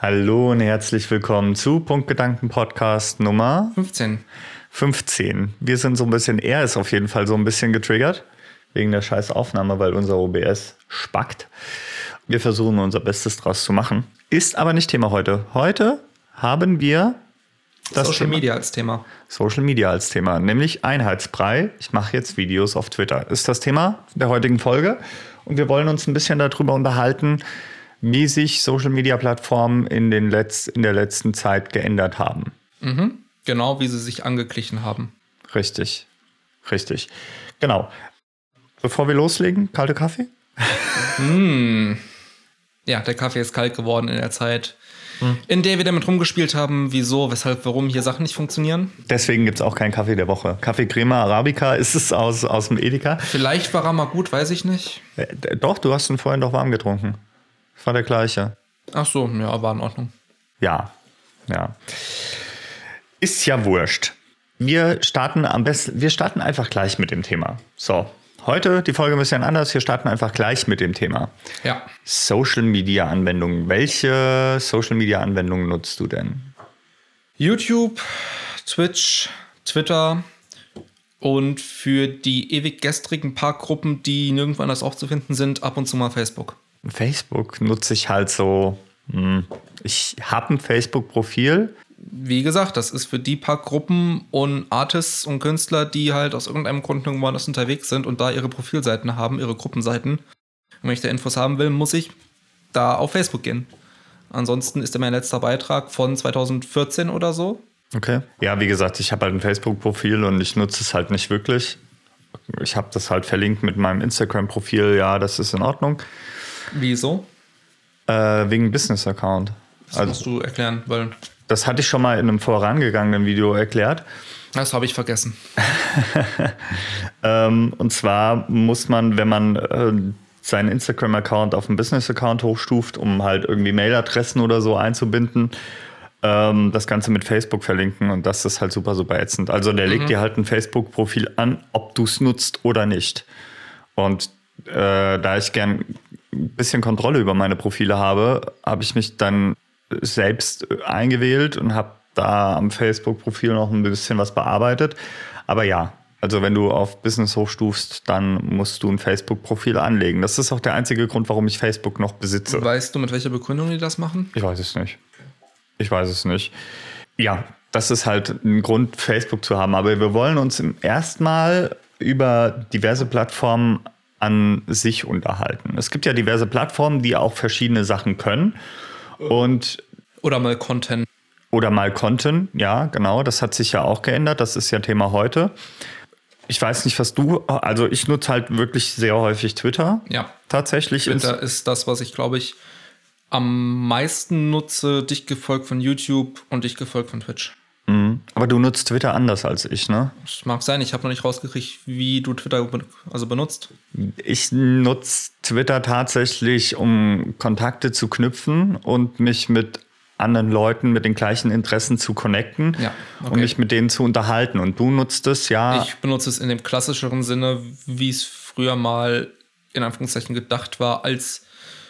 Hallo und herzlich willkommen zu Punktgedanken Podcast Nummer 15. Wir sind so ein bisschen, er ist auf jeden Fall so ein bisschen getriggert wegen der scheiß Aufnahme, weil unser OBS spackt. Wir versuchen unser Bestes draus zu machen. Ist aber nicht Thema heute. Heute haben wir das Social Media als Thema. Social Media als Thema, nämlich Einheitsbrei. Ich mache jetzt Videos auf Twitter. Ist das Thema der heutigen Folge. Und wir wollen uns ein bisschen darüber unterhalten, wie sich Social-Media-Plattformen in der letzten Zeit geändert haben. Mhm. Genau, wie sie sich angeglichen haben. Richtig. Genau. Bevor wir loslegen, kalter Kaffee? Ja, der Kaffee ist kalt geworden in der Zeit, in der wir damit rumgespielt haben. Wieso, weshalb, warum hier Sachen nicht funktionieren. Deswegen gibt es auch keinen Kaffee der Woche. Kaffee Crema Arabica ist es aus dem Edeka. Vielleicht war er mal gut, weiß ich nicht. Doch, du hast ihn vorhin doch warm getrunken. Das war der gleiche. Ach so, ja, war in Ordnung. Ja. Ist ja wurscht. Wir starten einfach gleich mit dem Thema. So, heute die Folge ein bisschen anders. Wir starten einfach gleich mit dem Thema. Ja. Social-Media-Anwendungen. Welche Social-Media-Anwendungen nutzt du denn? YouTube, Twitch, Twitter und für die ewig gestrigen paar Gruppen, die nirgendwo anders aufzufinden sind, ab und zu mal Facebook. Facebook nutze ich halt so. Ich habe ein Facebook-Profil. Wie gesagt, das ist für die paar Gruppen und Artists und Künstler, die halt aus irgendeinem Grund irgendwo anders unterwegs sind und da ihre Profilseiten haben, ihre Gruppenseiten. Und wenn ich da Infos haben will, muss ich da auf Facebook gehen. Ansonsten ist mein letzter Beitrag von 2014 oder so. Okay. Ja, wie gesagt, ich habe halt ein Facebook-Profil und ich nutze es halt nicht wirklich. Ich habe das halt verlinkt mit meinem Instagram-Profil. Ja, das ist in Ordnung. Wieso? Wegen Business-Account. Das musst du erklären, weil... Das hatte ich schon mal in einem vorangegangenen Video erklärt. Das habe ich vergessen. Und zwar muss man, wenn man seinen Instagram-Account auf einen Business-Account hochstuft, um halt irgendwie Mailadressen oder so einzubinden, das Ganze mit Facebook verlinken. Und das ist halt super, super ätzend. Also der legt dir halt ein Facebook-Profil an, ob du es nutzt oder nicht. Und da ich gern ein bisschen Kontrolle über meine Profile habe, habe ich mich dann selbst eingewählt und habe da am Facebook-Profil noch ein bisschen was bearbeitet. Aber ja, also wenn du auf Business hochstufst, dann musst du ein Facebook-Profil anlegen. Das ist auch der einzige Grund, warum ich Facebook noch besitze. Weißt du, mit welcher Begründung die das machen? Ich weiß es nicht. Ja, das ist halt ein Grund, Facebook zu haben. Aber wir wollen uns erstmal über diverse Plattformen an sich unterhalten. Es gibt ja diverse Plattformen, die auch verschiedene Sachen können. Oder mal Content. Ja, genau. Das hat sich ja auch geändert. Das ist ja Thema heute. Ich weiß nicht, also ich nutze halt wirklich sehr häufig Twitter. Ja. Tatsächlich. Twitter ist das, was ich, glaube ich, am meisten nutze. Dicht gefolgt von YouTube und dicht gefolgt von Twitch. Aber du nutzt Twitter anders als ich, ne? Das mag sein. Ich habe noch nicht rausgekriegt, wie du Twitter benutzt. Ich nutze Twitter tatsächlich, um Kontakte zu knüpfen und mich mit anderen Leuten mit den gleichen Interessen zu connecten und mich mit denen zu unterhalten. Und du nutzt es ja... Ich benutze es in dem klassischeren Sinne, wie es früher mal in Anführungszeichen gedacht war, als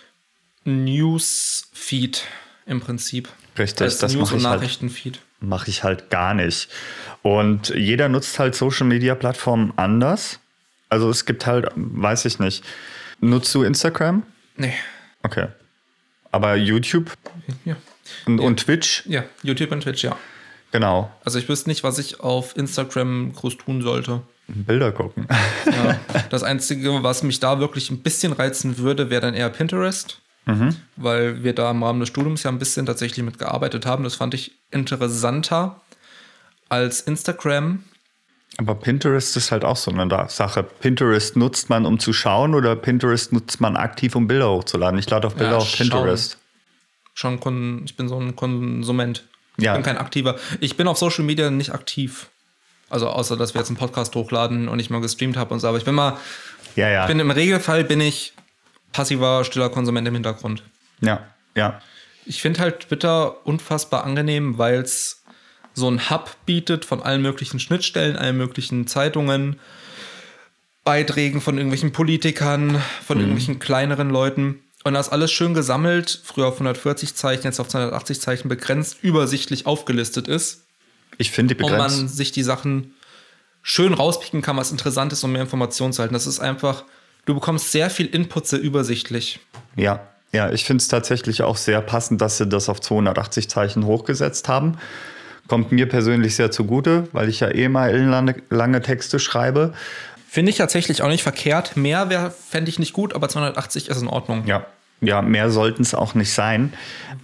Newsfeed im Prinzip. Richtig, als das News- und mache Nachrichtenfeed. Mache ich halt gar nicht. Und jeder nutzt halt Social-Media-Plattformen anders. Also es gibt halt, weiß ich nicht. Nutzt du Instagram? Nee. Okay. Aber YouTube? Ja. Und Twitch? Ja, YouTube und Twitch, ja. Genau. Also ich wüsste nicht, was ich auf Instagram groß tun sollte. Bilder gucken. Ja. Das Einzige, was mich da wirklich ein bisschen reizen würde, wäre dann eher Pinterest. Weil wir da im Rahmen des Studiums ja ein bisschen tatsächlich mitgearbeitet haben. Das fand ich interessanter als Instagram. Aber Pinterest ist halt auch so eine Sache. Pinterest nutzt man, um zu schauen, oder Pinterest nutzt man aktiv, um Bilder hochzuladen? Ich lade auch Bilder auf Pinterest. Ich bin so ein Konsument. Ich Ja. bin kein Aktiver. Ich bin auf Social Media nicht aktiv. Also außer, dass wir jetzt einen Podcast hochladen und ich mal gestreamt habe und so. Aber ich bin im Regelfall bin ich passiver, stiller Konsument im Hintergrund. Ja. Ich finde halt Twitter unfassbar angenehm, weil es so einen Hub bietet von allen möglichen Schnittstellen, allen möglichen Zeitungen, Beiträgen von irgendwelchen Politikern, von irgendwelchen kleineren Leuten. Und das alles schön gesammelt, früher auf 140 Zeichen, jetzt auf 280 Zeichen begrenzt, übersichtlich aufgelistet ist. Ich finde die begrenzt. Und man sich die Sachen schön rauspicken kann, was interessant ist, um mehr Informationen zu halten. Das ist einfach, du bekommst sehr viel Input sehr übersichtlich. Ja, ich finde es tatsächlich auch sehr passend, dass sie das auf 280 Zeichen hochgesetzt haben. Kommt mir persönlich sehr zugute, weil ich ja mal lange Texte schreibe. Finde ich tatsächlich auch nicht verkehrt. Mehr fände ich nicht gut, aber 280 ist in Ordnung. Ja, mehr sollten es auch nicht sein.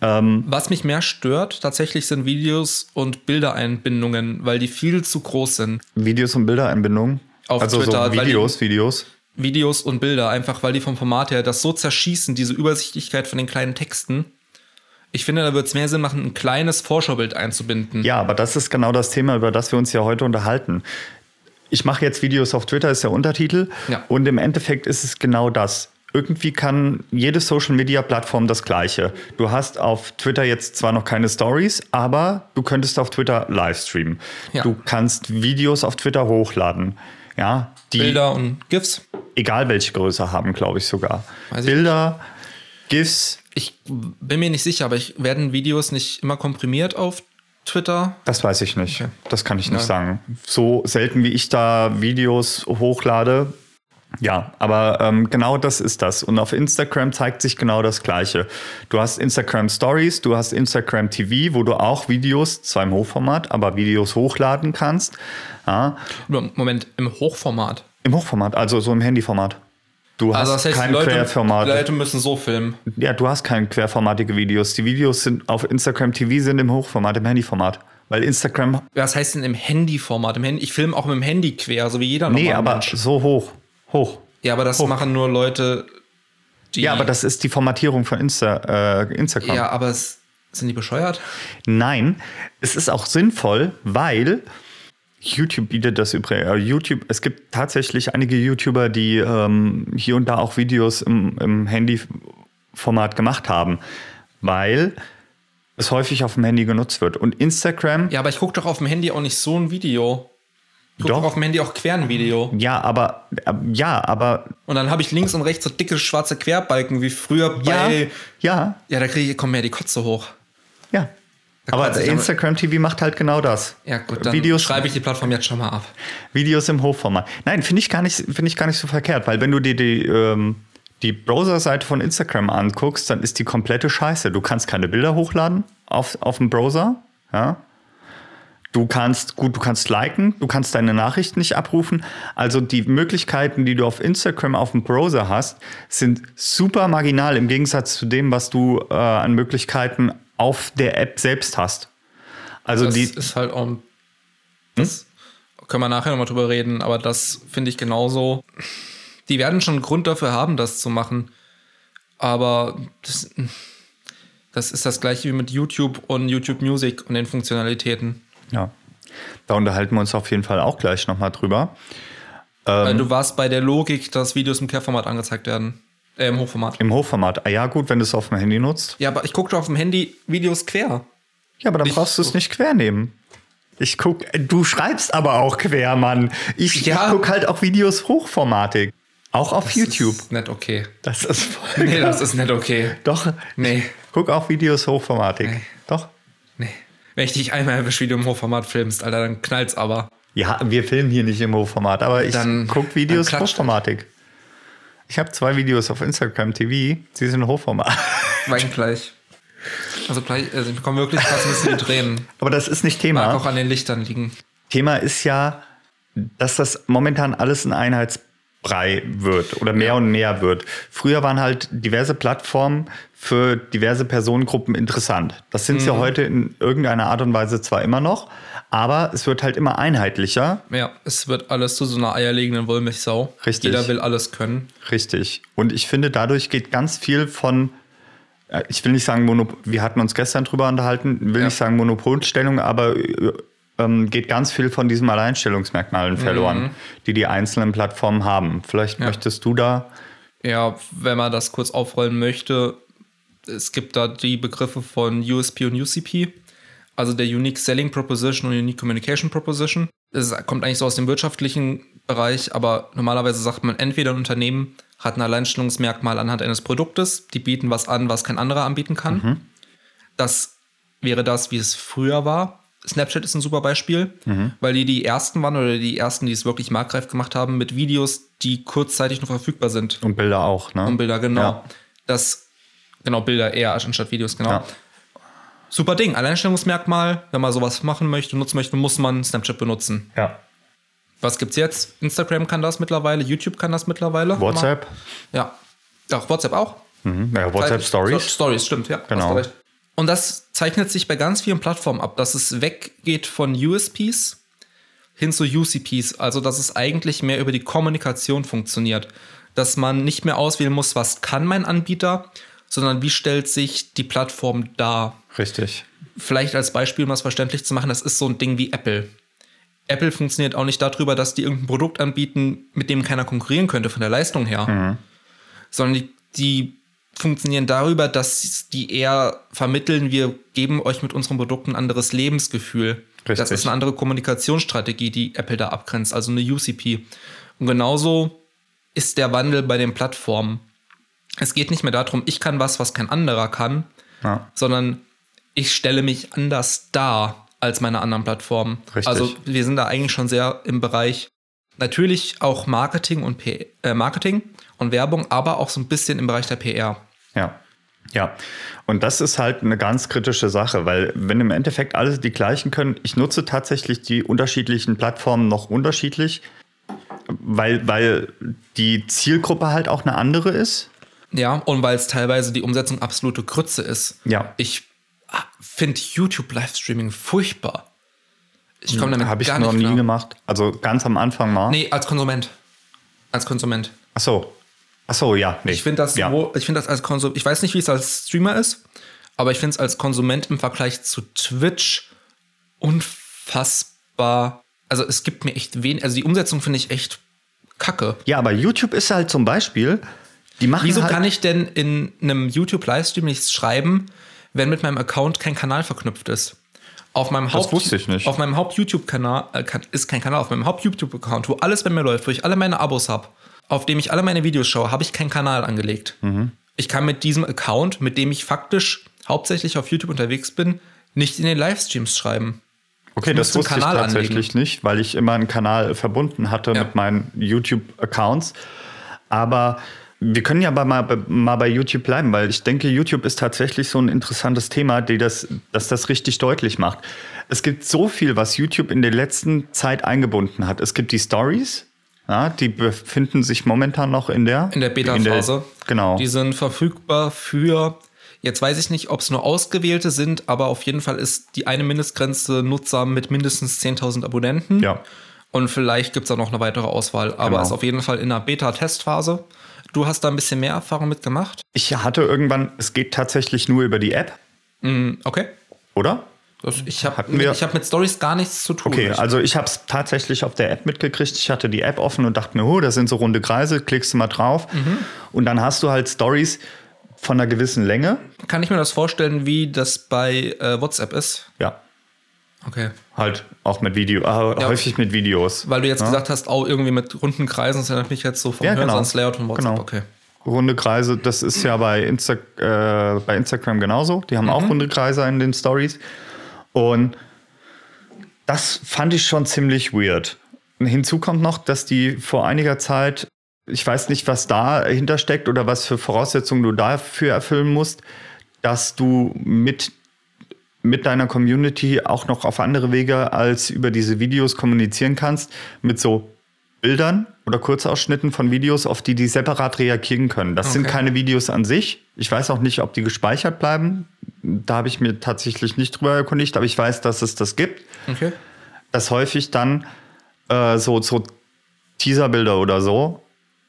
Was mich mehr stört, tatsächlich sind Videos und Bildereinbindungen, weil die viel zu groß sind. Videos und Bildereinbindungen? Auf also Twitter, so Videos? Videos und Bilder, einfach weil die vom Format her das so zerschießen, diese Übersichtlichkeit von den kleinen Texten. Ich finde, da wird es mehr Sinn machen, ein kleines Vorschaubild einzubinden. Ja, aber das ist genau das Thema, über das wir uns ja heute unterhalten. Ich mache jetzt Videos auf Twitter, ist der Untertitel. Ja. Und im Endeffekt ist es genau das. Irgendwie kann jede Social-Media-Plattform das Gleiche. Du hast auf Twitter jetzt zwar noch keine Stories, aber du könntest auf Twitter livestreamen. Ja. Du kannst Videos auf Twitter hochladen. Ja, die Bilder und GIFs. Egal welche Größe haben, glaube ich sogar. Weiß ich Bilder, GIFs. Ich bin mir nicht sicher, aber werden Videos nicht immer komprimiert auf Twitter? Das weiß ich nicht. Okay. Das kann ich nicht sagen. So selten, wie ich da Videos hochlade. Ja, aber genau das ist das. Und auf Instagram zeigt sich genau das Gleiche. Du hast Instagram Stories, du hast Instagram TV, wo du auch Videos, zwar im Hochformat, aber Videos hochladen kannst. Ja. Moment, im Hochformat? Im Hochformat, also so im Handyformat. Du hast das heißt, kein Querformat. Die Leute müssen so filmen. Ja, du hast keine querformatige Videos. Die Videos sind auf Instagram TV sind im Hochformat, im Handyformat. Weil Instagram... Was heißt denn im Handyformat? Ich filme auch mit dem Handy quer, so wie jeder normale Nee, aber Mensch. so hoch. Ja, aber das machen nur Leute, die... Ja, aber das ist die Formatierung von Instagram. Ja, aber sind die bescheuert? Nein, es ist auch sinnvoll, weil YouTube bietet das übrigens. Es gibt tatsächlich einige YouTuber, die hier und da auch Videos im Handyformat gemacht haben, weil es häufig auf dem Handy genutzt wird. Und Instagram... Ja, aber ich gucke doch auf dem Handy auch nicht so ein Video. Ich gucke doch auf dem Handy auch quer ein Video. Ja, aber... Und dann habe ich links und rechts so dicke schwarze Querbalken wie früher bei... Ja. Ja, da kommt mir die Kotze hoch. Ja. Aber Instagram TV macht halt genau das. Ja, gut, dann schreibe ich die Plattform jetzt schon mal ab. Videos im Hochformat. Nein, finde ich gar nicht so verkehrt, weil wenn du dir die Browser-Seite von Instagram anguckst, dann ist die komplette Scheiße. Du kannst keine Bilder hochladen auf dem Browser. Ja. Du kannst liken, du kannst deine Nachrichten nicht abrufen. Also die Möglichkeiten, die du auf Instagram auf dem Browser hast, sind super marginal im Gegensatz zu dem, was du an Möglichkeiten auf der App selbst hast. Also das ist halt auch... Das können wir nachher nochmal drüber reden, aber das finde ich genauso. Die werden schon einen Grund dafür haben, das zu machen. Aber das ist das gleiche wie mit YouTube und YouTube Music und den Funktionalitäten. Ja, da unterhalten wir uns auf jeden Fall auch gleich nochmal drüber. Weil du warst bei der Logik, dass Videos im Querformat angezeigt werden. Im Hochformat. Im Hochformat. Ah ja, gut, wenn du es auf dem Handy nutzt. Ja, aber ich gucke doch auf dem Handy Videos quer. Ja, aber dann brauchst du es nicht quer nehmen. Du schreibst aber auch quer, Mann. Ich gucke halt auch Videos hochformatig. Auch auf YouTube. Das ist nicht okay. Das ist voll Nee, das ist nicht okay. Doch. Nee. Guck auch Videos hochformatig. Nee. Doch. Nee. Wenn ich dich einmal erwische, wie du im Hochformat filmst, Alter, dann knallt's aber. Ja, wir filmen hier nicht im Hochformat, aber ich gucke Videos hochformatig. Ich habe 2 Videos auf Instagram TV, sie sind Hochformat. Wein gleich. Also ich komme wirklich fast ein bisschen in die Tränen. Aber das ist nicht Thema. Mag auch an den Lichtern liegen. Thema ist ja, dass das momentan alles ein Einheitsbrei wird oder mehr und mehr wird. Früher waren halt diverse Plattformen für diverse Personengruppen interessant. Das sind ja heute in irgendeiner Art und Weise zwar immer noch, aber es wird halt immer einheitlicher. Ja, es wird alles zu so einer eierlegenden Wollmilchsau. Richtig. Jeder will alles können. Richtig. Und ich finde, dadurch geht ganz viel von, ich will nicht sagen, wir hatten uns gestern drüber unterhalten, will nicht sagen Monopolstellung, aber geht ganz viel von diesen Alleinstellungsmerkmalen verloren, die einzelnen Plattformen haben. Vielleicht möchtest du da... Ja, wenn man das kurz aufrollen möchte, es gibt da die Begriffe von USP und UCP, also der Unique Selling Proposition und Unique Communication Proposition. Das kommt eigentlich so aus dem wirtschaftlichen Bereich, aber normalerweise sagt man, entweder ein Unternehmen hat ein Alleinstellungsmerkmal anhand eines Produktes. Die bieten was an, was kein anderer anbieten kann. Das wäre das, wie es früher war. Snapchat ist ein super Beispiel, weil die ersten waren oder die ersten, die es wirklich marktreif gemacht haben mit Videos, die kurzzeitig noch verfügbar sind. Und Bilder auch, ne? Und Bilder, genau. Ja. Bilder eher anstatt Videos, genau. Ja. Super Ding, Alleinstellungsmerkmal. Wenn man sowas machen möchte, nutzen möchte, muss man Snapchat benutzen. Ja. Was gibt's jetzt? Instagram kann das mittlerweile, YouTube kann das mittlerweile. WhatsApp. Ja. Ach, WhatsApp auch? Ja, WhatsApp Stories. Stories, stimmt, ja. Genau. Und das zeichnet sich bei ganz vielen Plattformen ab, dass es weggeht von USPs hin zu UCPs. Also, dass es eigentlich mehr über die Kommunikation funktioniert. Dass man nicht mehr auswählen muss, was kann mein Anbieter, sondern wie stellt sich die Plattform dar. Richtig. Vielleicht als Beispiel, um das verständlich zu machen, das ist so ein Ding wie Apple. Apple funktioniert auch nicht darüber, dass die irgendein Produkt anbieten, mit dem keiner konkurrieren könnte von der Leistung her. Sondern die funktionieren darüber, dass die eher vermitteln, wir geben euch mit unseren Produkten ein anderes Lebensgefühl. Richtig. Das ist eine andere Kommunikationsstrategie, die Apple da abgrenzt, also eine UCP. Und genauso ist der Wandel bei den Plattformen. Es geht nicht mehr darum, ich kann was kein anderer kann, sondern ich stelle mich anders dar als meine anderen Plattformen. Richtig. Also wir sind da eigentlich schon sehr im Bereich natürlich auch Marketing und Marketing und Werbung, aber auch so ein bisschen im Bereich der PR. Ja. Und das ist halt eine ganz kritische Sache, weil wenn im Endeffekt alle die gleichen können, ich nutze tatsächlich die unterschiedlichen Plattformen noch unterschiedlich, weil die Zielgruppe halt auch eine andere ist. Ja, und weil es teilweise die Umsetzung absolute Grütze ist. Ja. Ich finde YouTube-Livestreaming furchtbar. Ich komme damit Habe ich gar noch nicht nie klar. gemacht. Also ganz am Anfang mal. Nee, als Konsument. Ach so, ja. Nee. Ich finde das, als Konsument, ich weiß nicht, wie es als Streamer ist, aber ich finde es als Konsument im Vergleich zu Twitch unfassbar. Also es gibt mir echt wenig, also die Umsetzung finde ich echt kacke. Ja, aber YouTube ist halt zum Beispiel, die machen Wieso halt, kann ich denn in einem YouTube-Livestream nichts schreiben, wenn mit meinem Account kein Kanal verknüpft ist? Auf meinem wusste ich nicht. Auf meinem Haupt-YouTube-Kanal ist kein Kanal, auf meinem Haupt-YouTube-Account, wo alles bei mir läuft, wo ich alle meine Abos habe, auf dem ich alle meine Videos schaue, habe ich keinen Kanal angelegt. Ich kann mit diesem Account, mit dem ich faktisch hauptsächlich auf YouTube unterwegs bin, nicht in den Livestreams schreiben. Okay, das wusste ich tatsächlich nicht, weil ich immer einen Kanal verbunden hatte mit meinen YouTube-Accounts. Aber wir können ja mal bei YouTube bleiben, weil ich denke, YouTube ist tatsächlich so ein interessantes Thema, dass das richtig deutlich macht. Es gibt so viel, was YouTube in der letzten Zeit eingebunden hat. Es gibt die Stories, ja, die befinden sich momentan noch in der Beta-Phase. Genau. Die sind verfügbar für, jetzt weiß ich nicht, ob es nur Ausgewählte sind, aber auf jeden Fall ist die eine Mindestgrenze Nutzer mit mindestens 10.000 Abonnenten. Ja. Und vielleicht gibt es da noch eine weitere Auswahl, aber ist auf jeden Fall in einer Beta-Testphase. Du hast da ein bisschen mehr Erfahrung mitgemacht? Ich hatte irgendwann, es geht tatsächlich nur über die App. Okay. Oder? Ich habe mit Stories gar nichts zu tun. Okay, also ich habe es tatsächlich auf der App mitgekriegt. Ich hatte die App offen und dachte mir, das sind so runde Kreise, klickst du mal drauf. Und dann hast du halt Stories von einer gewissen Länge. Kann ich mir das vorstellen, wie das bei WhatsApp ist? Ja. Okay. Halt auch mit Video, häufig mit Videos. Weil du jetzt gesagt hast, irgendwie mit runden Kreisen, das erinnert mich jetzt so vom Hören ans Layout von WhatsApp. Genau. Okay. Runde Kreise, das ist ja bei Instagram genauso. Die haben auch runde Kreise in den Stories. Und das fand ich schon ziemlich weird. Und hinzu kommt noch, dass die vor einiger Zeit, ich weiß nicht, was dahinter steckt oder was für Voraussetzungen du dafür erfüllen musst, dass du mit deiner Community auch noch auf andere Wege als über diese Videos kommunizieren kannst, mit so Bildern oder Kurzausschnitten von Videos, auf die separat reagieren können. Das sind keine Videos an sich. Ich weiß auch nicht, ob die gespeichert bleiben. Da habe ich mir tatsächlich nicht drüber erkundigt, aber ich weiß, dass es das gibt. Okay. Dass häufig dann so Teaserbilder oder so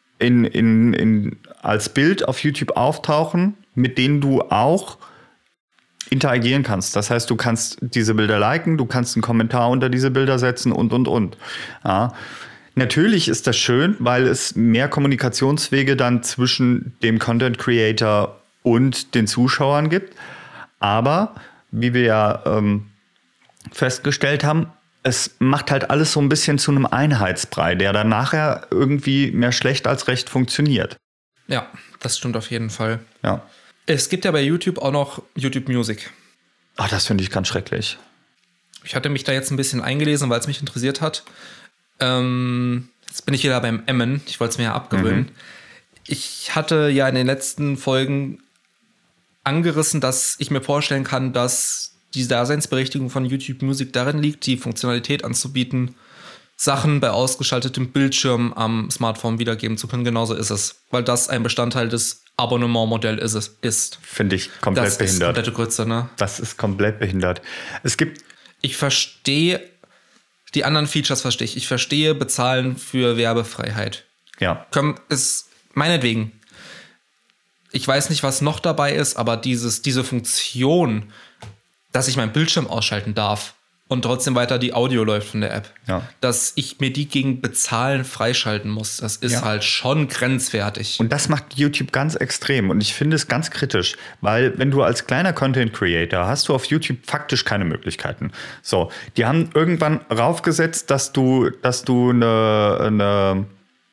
als Bild auf YouTube auftauchen, mit denen du auch interagieren kannst. Das heißt, du kannst diese Bilder liken, du kannst einen Kommentar unter diese Bilder setzen und. Ja. Natürlich ist das schön, weil es mehr Kommunikationswege dann zwischen dem Content Creator und den Zuschauern gibt. Aber, wie wir ja festgestellt haben, es macht halt alles so ein bisschen zu einem Einheitsbrei, der dann nachher irgendwie mehr schlecht als recht funktioniert. Ja, das stimmt auf jeden Fall. Ja. Es gibt ja bei YouTube auch noch YouTube Music. Ach, das finde ich ganz schrecklich. Ich hatte mich da jetzt ein bisschen eingelesen, weil es mich interessiert hat. Jetzt bin ich wieder beim Emmen. Ich wollte es mir ja abgewöhnen. Ich hatte ja in den letzten Folgen angerissen, dass ich mir vorstellen kann, dass die Daseinsberechtigung von YouTube Music darin liegt, die Funktionalität anzubieten, Sachen bei ausgeschaltetem Bildschirm am Smartphone wiedergeben zu können. Genauso ist es, weil das ein Bestandteil des Abonnementmodells ist. Finde ich komplett behindert. Das ist komplette Grütze, ne? Das ist komplett behindert. Ich verstehe, die anderen Features verstehe ich. Ich verstehe Bezahlen für Werbefreiheit. Ja. Meinetwegen. Ich weiß nicht, was noch dabei ist, aber diese Funktion, dass ich meinen Bildschirm ausschalten darf und trotzdem weiter die Audio läuft von der App, dass ich mir die gegen Bezahlen freischalten muss, das ist halt schon grenzwertig. Und das macht YouTube ganz extrem und ich finde es ganz kritisch, weil wenn du als kleiner Content Creator hast du auf YouTube faktisch keine Möglichkeiten. So, die haben irgendwann raufgesetzt, dass du eine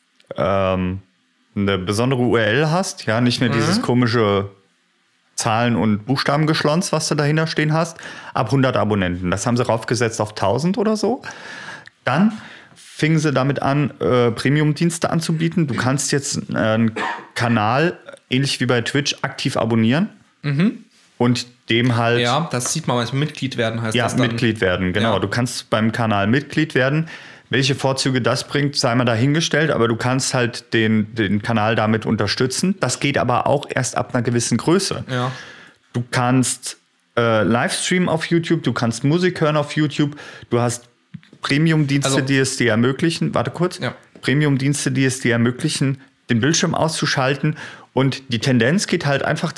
besondere URL hast, ja, nicht mehr dieses komische Zahlen- und Buchstabengeschlons, was du dahinter stehen hast, ab 100 Abonnenten. Das haben sie raufgesetzt auf 1000 oder so. Dann fingen sie damit an, Premium-Dienste anzubieten. Du kannst jetzt einen Kanal, ähnlich wie bei Twitch, aktiv abonnieren und dem halt... Ja, das sieht man manchmal. Mitglied werden heißt das dann. Ja, Mitglied werden, genau. Ja. Du kannst beim Kanal Mitglied werden. Welche Vorzüge das bringt, sei mal dahingestellt, aber du kannst halt den Kanal damit unterstützen. Das geht aber auch erst ab einer gewissen Größe. Ja. Du kannst Livestreamen auf YouTube, du kannst Musik hören auf YouTube, du hast Premium-Dienste, die es dir ermöglichen, Premium-Dienste, die es dir ermöglichen, den Bildschirm auszuschalten. Und die Tendenz geht halt einfach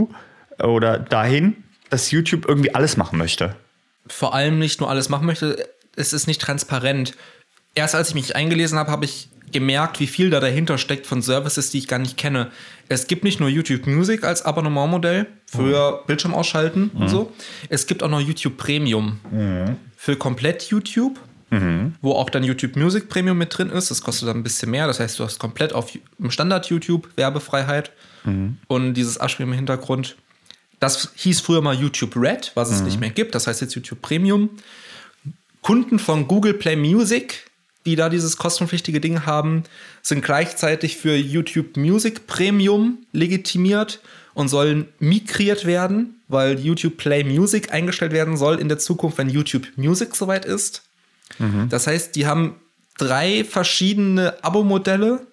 dahin, dass YouTube irgendwie alles machen möchte. Vor allem nicht nur alles machen möchte, es ist nicht transparent. Erst als ich mich eingelesen habe, habe ich gemerkt, wie viel da dahinter steckt von Services, die ich gar nicht kenne. Es gibt nicht nur YouTube Music als Abonnementmodell für Bildschirm ausschalten und so. Es gibt auch noch YouTube Premium für komplett YouTube, wo auch dann YouTube Music Premium mit drin ist. Das kostet dann ein bisschen mehr. Das heißt, du hast komplett im Standard YouTube Werbefreiheit und dieses Abspielen im Hintergrund. Das hieß früher mal YouTube Red, was es nicht mehr gibt. Das heißt jetzt YouTube Premium. Kunden von Google Play Music, die da dieses kostenpflichtige Ding haben, sind gleichzeitig für YouTube Music Premium legitimiert und sollen migriert werden, weil YouTube Play Music eingestellt werden soll in der Zukunft, wenn YouTube Music soweit ist. Das heißt, die haben 3 verschiedene Abo-Modelle.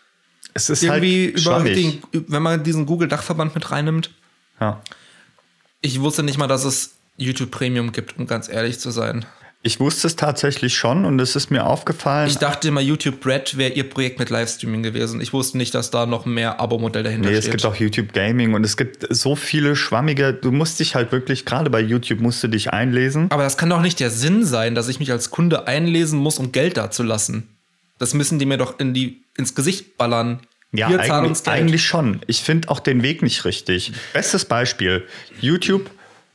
Es ist irgendwie halt wenn man diesen Google-Dachverband mit reinnimmt. Ja. Ich wusste nicht mal, dass es YouTube Premium gibt, um ganz ehrlich zu sein. Ich wusste es tatsächlich schon und es ist mir aufgefallen. Ich dachte immer, YouTube Red wäre ihr Projekt mit Livestreaming gewesen. Ich wusste nicht, dass da noch mehr Abo-Modell dahinter steht. Es gibt auch YouTube Gaming und es gibt so viele schwammige. Du musst dich halt wirklich, gerade bei YouTube musst du dich einlesen. Aber das kann doch nicht der Sinn sein, dass ich mich als Kunde einlesen muss, um Geld dazulassen. Das müssen die mir doch ins Gesicht ballern. Ja, eigentlich schon. Ich finde auch den Weg nicht richtig. Bestes Beispiel. YouTube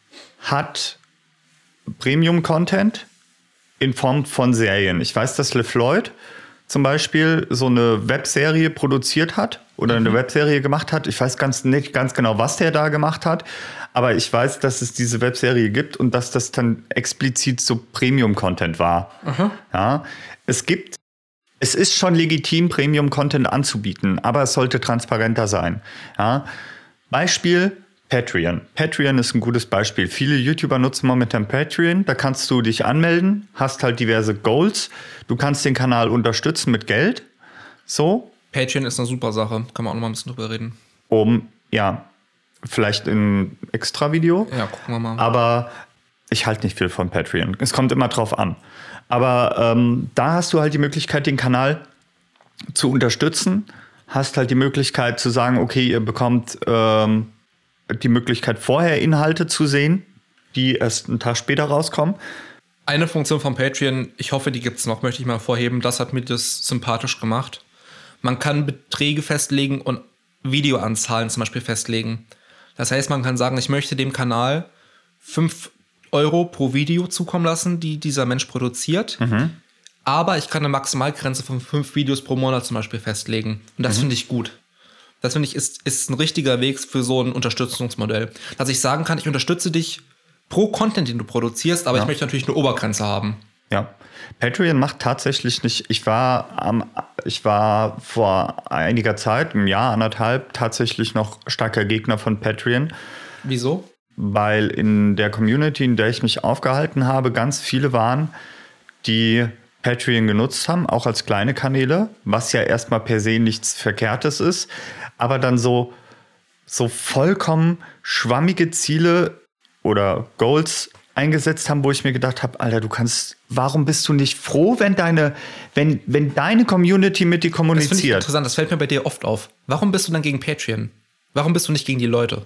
hat Premium-Content in Form von Serien. Ich weiß, dass LeFloid zum Beispiel so eine Webserie produziert hat oder eine Webserie gemacht hat. Ich weiß nicht ganz genau, was der da gemacht hat, aber ich weiß, dass es diese Webserie gibt und dass das dann explizit so Premium-Content war. Ja, es ist schon legitim, Premium-Content anzubieten, aber es sollte transparenter sein. Ja? Beispiel Patreon. Patreon ist ein gutes Beispiel. Viele YouTuber nutzen momentan Patreon. Da kannst du dich anmelden, hast halt diverse Goals. Du kannst den Kanal unterstützen mit Geld. So. Patreon ist eine super Sache. Kann man auch noch mal ein bisschen drüber reden. Vielleicht in extra Video. Ja, gucken wir mal. Aber ich halte nicht viel von Patreon. Es kommt immer drauf an. Aber da hast du halt die Möglichkeit, den Kanal zu unterstützen. Hast halt die Möglichkeit zu sagen, okay, ihr bekommt die Möglichkeit, vorher Inhalte zu sehen, die erst einen Tag später rauskommen. Eine Funktion von Patreon, ich hoffe, die gibt es noch, möchte ich mal vorheben. Das hat mir das sympathisch gemacht. Man kann Beträge festlegen und Videoanzahlen zum Beispiel festlegen. Das heißt, man kann sagen, ich möchte dem Kanal 5 Euro pro Video zukommen lassen, die dieser Mensch produziert. Aber ich kann eine Maximalgrenze von 5 Videos pro Monat zum Beispiel festlegen. Und das finde ich gut. Das finde ich ist ein richtiger Weg für so ein Unterstützungsmodell. Dass ich sagen kann, ich unterstütze dich pro Content, den du produzierst, aber ich möchte natürlich eine Obergrenze haben. Ja, Patreon macht tatsächlich nicht. Ich war vor einiger Zeit, im Jahr, 1,5, tatsächlich noch starker Gegner von Patreon. Wieso? Weil in der Community, in der ich mich aufgehalten habe, ganz viele waren, die Patreon genutzt haben, auch als kleine Kanäle, was ja erstmal per se nichts Verkehrtes ist, aber dann so vollkommen schwammige Ziele oder Goals eingesetzt haben, wo ich mir gedacht habe, Alter, warum bist du nicht froh, wenn deine Community mit dir kommuniziert? Das finde ich interessant, das fällt mir bei dir oft auf. Warum bist du dann gegen Patreon? Warum bist du nicht gegen die Leute?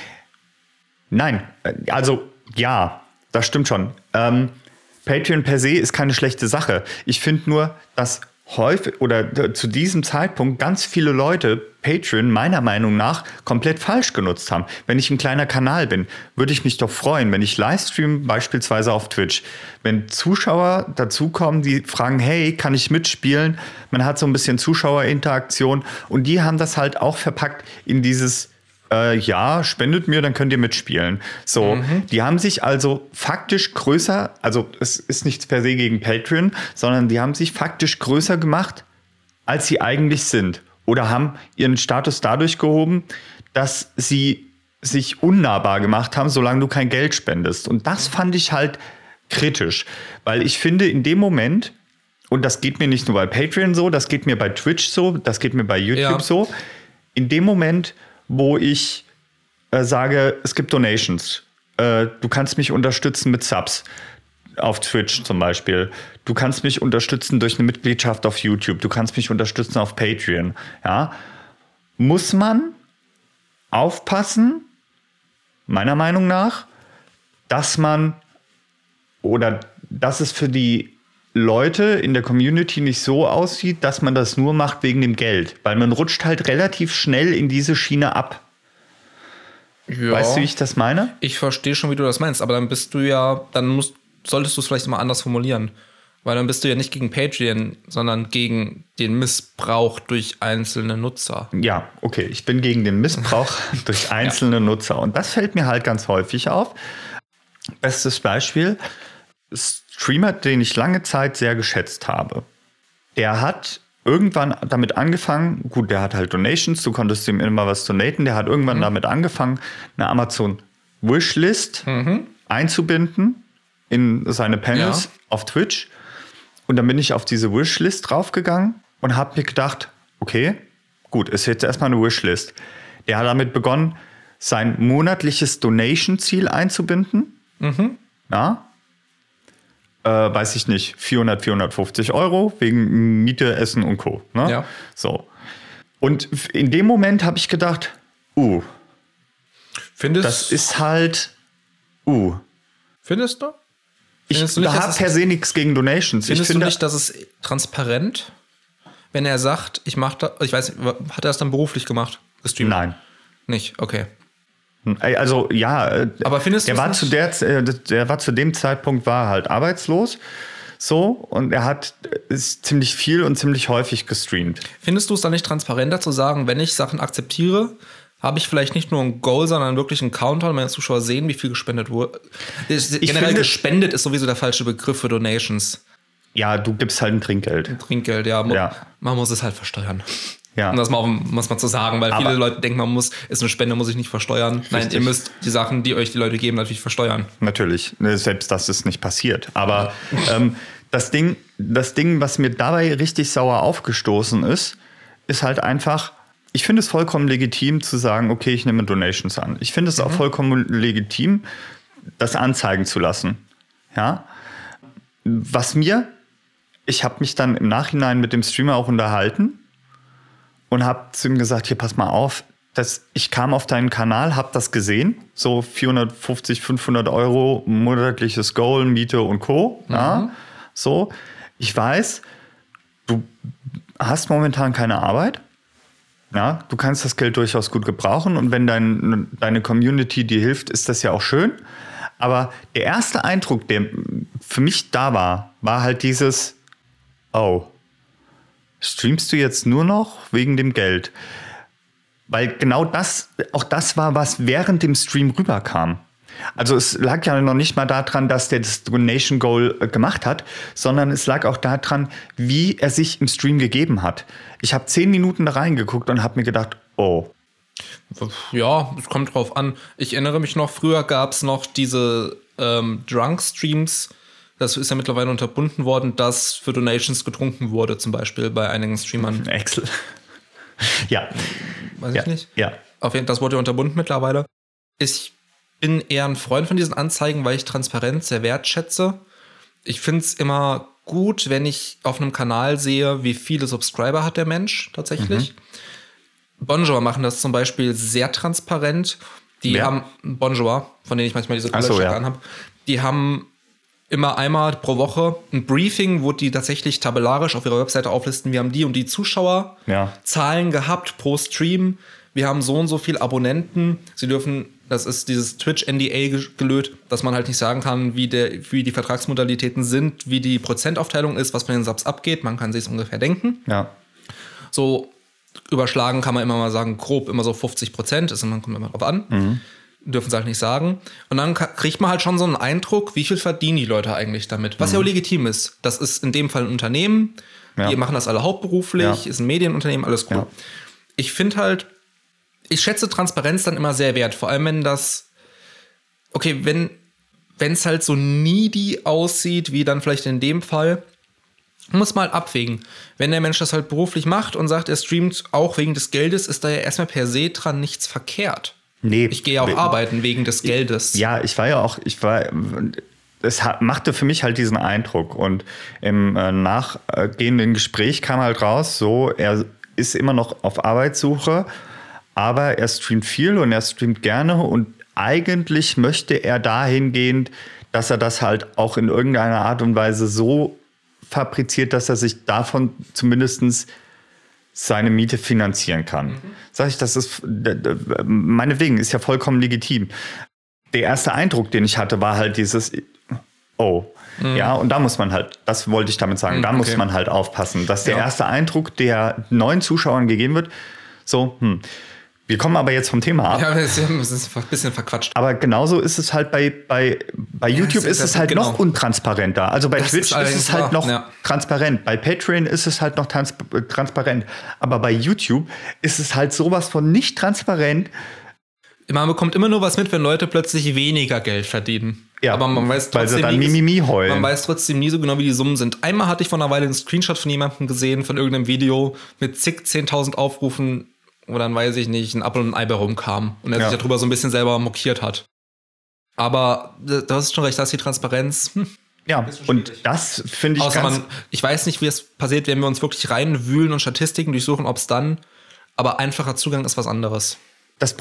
Nein, also ja, das stimmt schon. Patreon per se ist keine schlechte Sache. Ich finde nur, dass häufig oder zu diesem Zeitpunkt ganz viele Leute Patreon meiner Meinung nach komplett falsch genutzt haben. Wenn ich ein kleiner Kanal bin, würde ich mich doch freuen, wenn ich livestream, beispielsweise auf Twitch, wenn Zuschauer dazukommen, die fragen, hey, kann ich mitspielen? Man hat so ein bisschen Zuschauerinteraktion und die haben das halt auch verpackt in dieses ja, spendet mir, dann könnt ihr mitspielen. So, die haben sich also faktisch größer, also es ist nichts per se gegen Patreon, sondern die haben sich faktisch größer gemacht, als sie eigentlich sind. Oder haben ihren Status dadurch gehoben, dass sie sich unnahbar gemacht haben, solange du kein Geld spendest. Und das fand ich halt kritisch, weil ich finde, in dem Moment, und das geht mir nicht nur bei Patreon so, das geht mir bei Twitch so, das geht mir bei YouTube so, in dem Moment, wo ich sage, es gibt Donations. Du kannst mich unterstützen mit Subs auf Twitch zum Beispiel. Du kannst mich unterstützen durch eine Mitgliedschaft auf YouTube. Du kannst mich unterstützen auf Patreon. Ja? Muss man aufpassen, meiner Meinung nach, dass es für die Leute in der Community nicht so aussieht, dass man das nur macht wegen dem Geld. Weil man rutscht halt relativ schnell in diese Schiene ab. Ja. Weißt du, wie ich das meine? Ich verstehe schon, wie du das meinst, aber dann bist du ja, solltest du es vielleicht mal anders formulieren. Weil dann bist du ja nicht gegen Patreon, sondern gegen den Missbrauch durch einzelne Nutzer. Ja, okay, ich bin gegen den Missbrauch durch einzelne Nutzer. Und das fällt mir halt ganz häufig auf. Bestes Beispiel: Streamer, den ich lange Zeit sehr geschätzt habe, der hat irgendwann damit angefangen, gut, der hat halt Donations, du konntest ihm immer was donaten, der hat irgendwann damit angefangen, eine Amazon-Wishlist einzubinden in seine Panels auf Twitch. Und dann bin ich auf diese Wishlist draufgegangen und habe mir gedacht, okay, gut, ist jetzt erstmal eine Wishlist. Der hat damit begonnen, sein monatliches Donation-Ziel einzubinden. Ja. Weiß ich nicht, 400, 450 Euro wegen Miete, Essen und Co. Ne? Ja. So. Und in dem Moment habe ich gedacht, das ist halt, Findest du? Ich habe per se nichts gegen Donations. Findest du nicht, dass es transparent, wenn er sagt, ich mache da, ich weiß nicht, hat er das dann beruflich gemacht? Gestreamt? Nein. Nicht, okay. Also ja, aber findest du, der war zu dem Zeitpunkt halt arbeitslos, so, und er ist ziemlich viel und ziemlich häufig gestreamt. Findest du es dann nicht transparenter zu sagen, wenn ich Sachen akzeptiere, habe ich vielleicht nicht nur ein Goal, sondern wirklich einen Counter und meine Zuschauer sehen, wie viel gespendet wurde? Gespendet ist sowieso der falsche Begriff für Donations. Ja, du gibst halt ein Trinkgeld. Man muss es halt versteuern. Ja. Um das muss man zu sagen, weil viele Leute denken, ist eine Spende, muss ich nicht versteuern. Richtig. Nein, ihr müsst die Sachen, die euch die Leute geben, natürlich versteuern. Natürlich, selbst das ist nicht passiert. Aber das Ding, was mir dabei richtig sauer aufgestoßen ist halt einfach, ich finde es vollkommen legitim zu sagen, okay, ich nehme Donations an. Ich finde es auch vollkommen legitim, das anzeigen zu lassen. Ja. Ich habe mich dann im Nachhinein mit dem Streamer auch unterhalten und habe zu ihm gesagt, hier, pass mal auf, ich kam auf deinen Kanal, habe das gesehen, so 450, 500 Euro monatliches Goal, Miete und Co. Ja, so, ich weiß, du hast momentan keine Arbeit, ja, du kannst das Geld durchaus gut gebrauchen und wenn deine Community dir hilft, ist das ja auch schön, aber der erste Eindruck, der für mich da war halt dieses, streamst du jetzt nur noch wegen dem Geld? Weil genau das war, was während dem Stream rüberkam. Also es lag ja noch nicht mal daran, dass der das Donation Goal gemacht hat, sondern es lag auch daran, wie er sich im Stream gegeben hat. Ich habe 10 Minuten da reingeguckt und habe mir gedacht, oh. Ja, es kommt drauf an. Ich erinnere mich noch, früher gab es noch diese Drunk-Streams. Das ist ja mittlerweile unterbunden worden, dass für Donations getrunken wurde, zum Beispiel bei einigen Streamern. Excel. Ja. Weiß ich nicht. Ja. Auf jeden Fall, das wurde ja unterbunden mittlerweile. Ich bin eher ein Freund von diesen Anzeigen, weil ich Transparenz sehr wertschätze. Ich finde es immer gut, wenn ich auf einem Kanal sehe, wie viele Subscriber hat der Mensch tatsächlich. Bon Jovi machen das zum Beispiel sehr transparent. Die haben Bon Jovi, von denen ich manchmal diese College anhabe, die haben immer einmal pro Woche ein Briefing, wo die tatsächlich tabellarisch auf ihrer Webseite auflisten, wir haben die und die Zuschauerzahlen gehabt pro Stream, wir haben so und so viele Abonnenten, sie dürfen, das ist dieses Twitch-NDA gelöt, dass man halt nicht sagen kann, wie die Vertragsmodalitäten sind, wie die Prozentaufteilung ist, was von den Subs abgeht, man kann sich es ungefähr denken. Ja. So überschlagen kann man immer mal sagen, grob immer so 50%, man kommt immer drauf an. Dürfen sie halt nicht sagen. Und dann kriegt man halt schon so einen Eindruck, wie viel verdienen die Leute eigentlich damit. Was ja auch legitim ist. Das ist in dem Fall ein Unternehmen. Die machen das alle hauptberuflich, ist ein Medienunternehmen, alles cool. Ja. Ich finde halt, ich schätze Transparenz dann immer sehr wert. Vor allem, wenn das, okay, wenn es halt so needy aussieht, wie dann vielleicht in dem Fall, muss mal abwägen. Wenn der Mensch das halt beruflich macht und sagt, er streamt auch wegen des Geldes, ist da ja erstmal per se dran nichts verkehrt. Nee. Ich gehe auch arbeiten wegen des Geldes. Ja, es machte für mich halt diesen Eindruck. Und im nachgehenden Gespräch kam halt raus, so, er ist immer noch auf Arbeitssuche, aber er streamt viel und er streamt gerne und eigentlich möchte er dahingehend, dass er das halt auch in irgendeiner Art und Weise so fabriziert, dass er sich davon zumindest seine Miete finanzieren kann. Sag ich, das ist meinetwegen, ist ja vollkommen legitim. Der erste Eindruck, den ich hatte, war halt dieses ja, und da muss man halt, das wollte ich damit sagen, da muss man halt aufpassen, dass der erste Eindruck, der neuen Zuschauern gegeben wird, so, wir kommen aber jetzt vom Thema ab. Ja, das ist ein bisschen verquatscht. Aber genauso ist es halt bei YouTube ist es halt noch untransparenter. Also bei Twitch ist es halt noch transparent. Bei Patreon ist es halt noch transparent. Aber bei YouTube ist es halt sowas von nicht transparent. Man bekommt immer nur was mit, wenn Leute plötzlich weniger Geld verdienen. Ja, aber man weiß trotzdem, weil sie dann Mimimi heulen. Man weiß trotzdem nie so genau, wie die Summen sind. Einmal hatte ich vor einer Weile einen Screenshot von jemandem gesehen, von irgendeinem Video mit 10.000 Aufrufen, wo dann, weiß ich nicht, ein Apfel und ein Ei bei rumkam und er sich darüber so ein bisschen selber mokiert hat. Aber du hast schon recht, da ist die Transparenz. Ja, und das finde ich ich weiß nicht, wie es passiert, wenn wir uns wirklich reinwühlen und Statistiken durchsuchen, ob es dann, aber einfacher Zugang ist was anderes. Das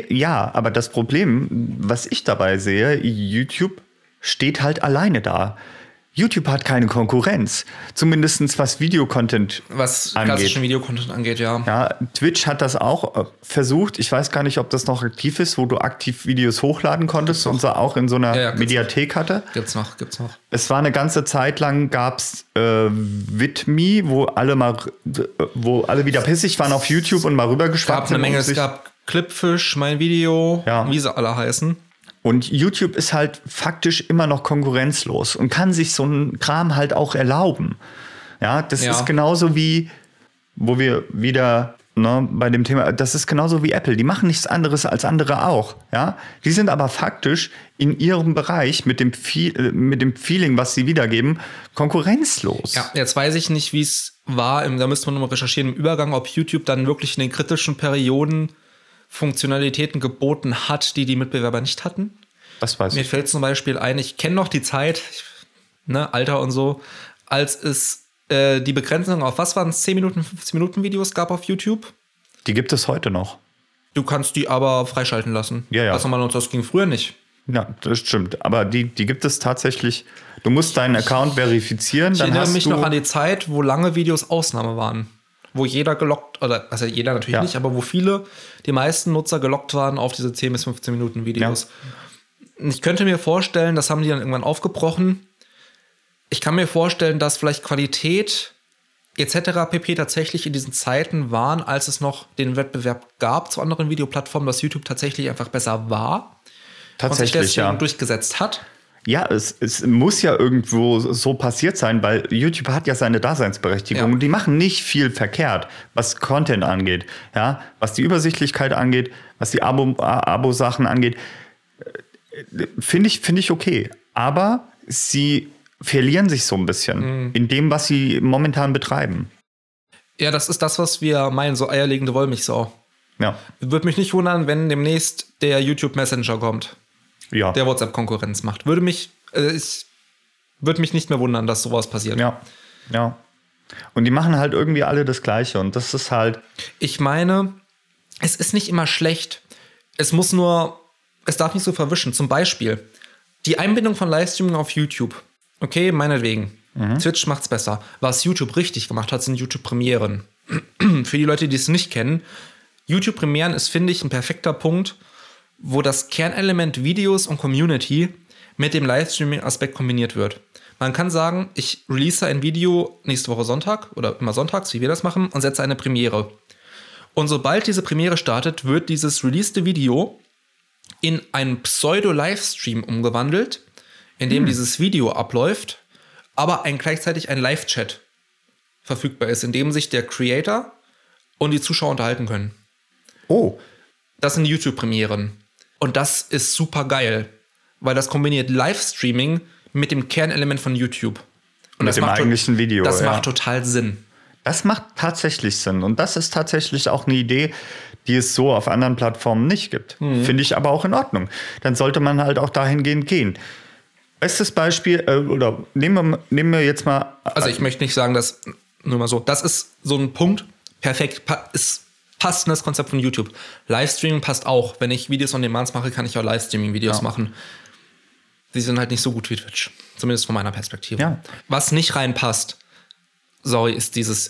Problem, was ich dabei sehe, YouTube steht halt alleine da. YouTube hat keine Konkurrenz. Zumindest was Videocontent angeht. Was klassischen Videocontent angeht, ja. Ja, Twitch hat das auch versucht. Ich weiß gar nicht, ob das noch aktiv ist, wo du aktiv Videos hochladen konntest und so auch in so einer Mediathek hatte. Gibt's noch. Es war eine ganze Zeit lang, gab's Vidme, wo alle wieder pissig waren auf YouTube und mal rübergeschwappt sind. Es gab Clipfish, mein Video, wie sie alle heißen. Und YouTube ist halt faktisch immer noch konkurrenzlos und kann sich so einen Kram halt auch erlauben. Ja, das ist genauso wie, wo wir wieder bei dem Thema, das ist genauso wie Apple. Die machen nichts anderes als andere auch. Ja, die sind aber faktisch in ihrem Bereich mit dem Feeling, was sie wiedergeben, konkurrenzlos. Ja, jetzt weiß ich nicht, wie es war. Da müsste man nochmal recherchieren im Übergang, ob YouTube dann wirklich in den kritischen Perioden Funktionalitäten geboten hat, die Mitbewerber nicht hatten. Das weiß ich. Mir fällt zum Beispiel ein, ich kenne noch die Zeit, Alter und so, als es die Begrenzung auf, was waren es, 10 Minuten, 15 Minuten Videos gab auf YouTube. Die gibt es heute noch. Du kannst die aber freischalten lassen. Ja. Das ging früher nicht. Ja, das stimmt. Aber die gibt es tatsächlich. Du musst deinen Account verifizieren. Ich erinnere mich noch an die Zeit, wo lange Videos Ausnahme waren. Wo jeder gelockt, oder also jeder natürlich nicht, aber wo die meisten Nutzer gelockt waren auf diese 10 bis 15 Minuten Videos. Ja. Ich könnte mir vorstellen, das haben die dann irgendwann aufgebrochen. Ich kann mir vorstellen, dass vielleicht Qualität etc. pp. Tatsächlich in diesen Zeiten waren, als es noch den Wettbewerb gab zu anderen Videoplattformen, dass YouTube tatsächlich einfach besser war. Tatsächlich, und sich deswegen durchgesetzt hat. Ja, es muss ja irgendwo so passiert sein, weil YouTube hat ja seine Daseinsberechtigung. Und die machen nicht viel verkehrt, was Content angeht, ja, was die Übersichtlichkeit angeht, was die Abo-Sachen angeht. Finde ich okay. Aber sie verlieren sich so ein bisschen in dem, was sie momentan betreiben. Ja, das ist das, was wir meinen, so eierlegende Wollmilchsau. Ja. Würde mich nicht wundern, wenn demnächst der YouTube Messenger kommt. Ja. Der WhatsApp-Konkurrenz macht. Würde mich nicht mehr wundern, dass sowas passiert. Ja. Und die machen halt irgendwie alle das Gleiche. Und das ist halt. Ich meine, es ist nicht immer schlecht. Es darf nicht so verwischen. Zum Beispiel die Einbindung von Livestreaming auf YouTube. Okay, meinetwegen. Twitch macht's besser. Was YouTube richtig gemacht hat, sind YouTube-Premieren. Für die Leute, die es nicht kennen, YouTube-Premieren ist, finde ich, ein perfekter Punkt, wo das Kernelement Videos und Community mit dem Livestreaming-Aspekt kombiniert wird. Man kann sagen, ich release ein Video nächste Woche Sonntag oder immer sonntags, wie wir das machen, und setze eine Premiere. Und sobald diese Premiere startet, wird dieses releaste Video in einen Pseudo-Livestream umgewandelt, in dem dieses Video abläuft, aber gleichzeitig ein Live-Chat verfügbar ist, in dem sich der Creator und die Zuschauer unterhalten können. Oh. Das sind YouTube-Premieren. Und das ist super geil, weil das kombiniert Livestreaming mit dem Kernelement von YouTube. Und mit dem eigentlichen Video. Das macht total Sinn. Das macht tatsächlich Sinn. Und das ist tatsächlich auch eine Idee, die es so auf anderen Plattformen nicht gibt. Finde ich aber auch in Ordnung. Dann sollte man halt auch dahingehend gehen. Bestes Beispiel, oder nehmen wir jetzt mal. Also ich möchte nicht sagen, dass, nur mal so, das ist so ein Punkt, perfekt, ist passendes Konzept von YouTube. Livestreaming passt auch. Wenn ich Videos on Demand mache, kann ich auch Livestreaming-Videos machen. Die sind halt nicht so gut wie Twitch. Zumindest von meiner Perspektive. Ja. Was nicht reinpasst, ist dieses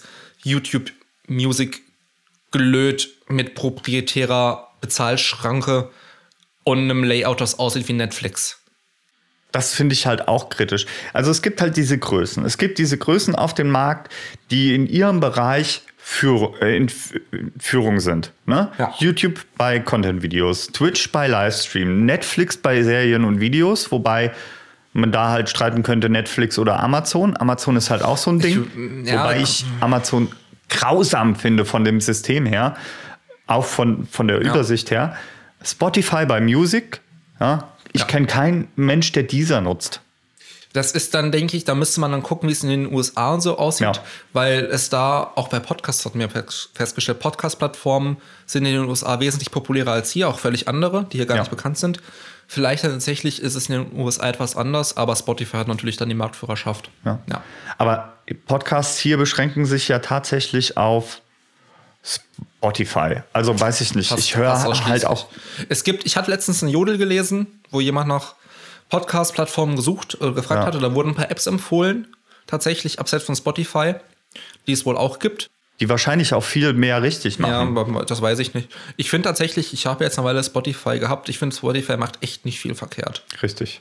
YouTube-Music-Gelöt mit proprietärer Bezahlschranke und einem Layout, das aussieht wie Netflix. Das finde ich halt auch kritisch. Also es gibt halt diese Größen. Es gibt diese Größen auf dem Markt, die in ihrem Bereich in Führung sind. Ne? Ja. YouTube bei Content-Videos, Twitch bei Livestream, Netflix bei Serien und Videos, wobei man da halt streiten könnte, Netflix oder Amazon. Amazon ist halt auch so ein Ding, wobei ich Amazon grausam finde von dem System her, auch von der Übersicht her. Spotify bei Music, ich kenne keinen Mensch, der Deezer nutzt. Das ist dann, denke ich, da müsste man dann gucken, wie es in den USA und so aussieht, weil es da auch bei Podcasts, hat mir festgestellt, Podcast-Plattformen sind in den USA wesentlich populärer als hier, auch völlig andere, die hier gar nicht bekannt sind. Vielleicht tatsächlich ist es in den USA etwas anders, aber Spotify hat natürlich dann die Marktführerschaft. Ja. Aber Podcasts hier beschränken sich ja tatsächlich auf Spotify. Also weiß ich nicht. Ich höre halt auch. Ich hatte letztens einen Jodel gelesen, wo jemand nach Podcast-Plattformen gefragt hatte. Da wurden ein paar Apps empfohlen, tatsächlich abseits von Spotify, die es wohl auch gibt. Die wahrscheinlich auch viel mehr richtig machen. Ja, das weiß ich nicht. Ich finde tatsächlich, ich habe jetzt eine Weile Spotify gehabt. Ich finde, Spotify macht echt nicht viel verkehrt. Richtig.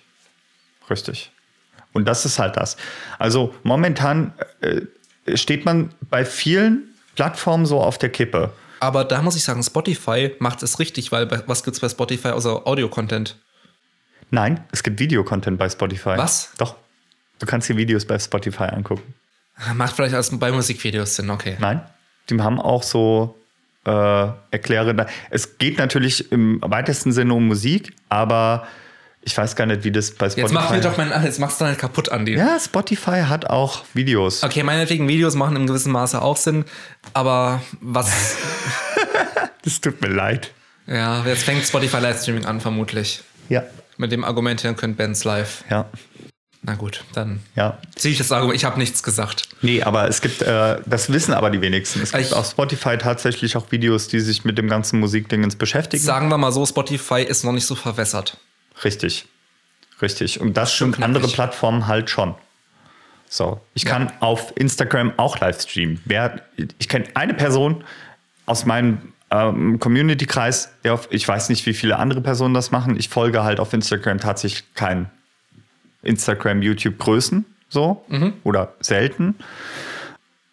Und das ist halt das. Also momentan steht man bei vielen Plattformen so auf der Kippe. Aber da muss ich sagen, Spotify macht es richtig, weil was gibt es bei Spotify außer Audio-Content? Nein, es gibt Videocontent bei Spotify. Was? Doch. Du kannst dir Videos bei Spotify angucken. Macht vielleicht als bei Musikvideos Sinn, okay. Nein, die haben auch so Erkläre. Es geht natürlich im weitesten Sinne um Musik, aber ich weiß gar nicht, wie das bei Spotify... Jetzt machst du halt kaputt, Andi. Ja, Spotify hat auch Videos. Okay, meinetwegen, Videos machen im gewissen Maße auch Sinn, aber was... Das tut mir leid. Ja, jetzt fängt Spotify Livestreaming an, vermutlich. Ja. Mit dem Argumentieren können Bands live. Ja. Na gut, dann ja. Ziehe ich das Argument. Ich habe nichts gesagt. Nee, aber es gibt, das wissen aber die wenigsten. Es gibt auf Spotify tatsächlich auch Videos, die sich mit dem ganzen Musikdingens beschäftigen. Sagen wir mal so, Spotify ist noch nicht so verwässert. Richtig. Und das sind andere Plattformen halt schon. So, ich kann auf Instagram auch Livestreamen. Ich kenne eine Person aus meinem Community-Kreis, ich weiß nicht, wie viele andere Personen das machen. Ich folge halt auf Instagram tatsächlich keinen Instagram, YouTube-Größen so oder selten.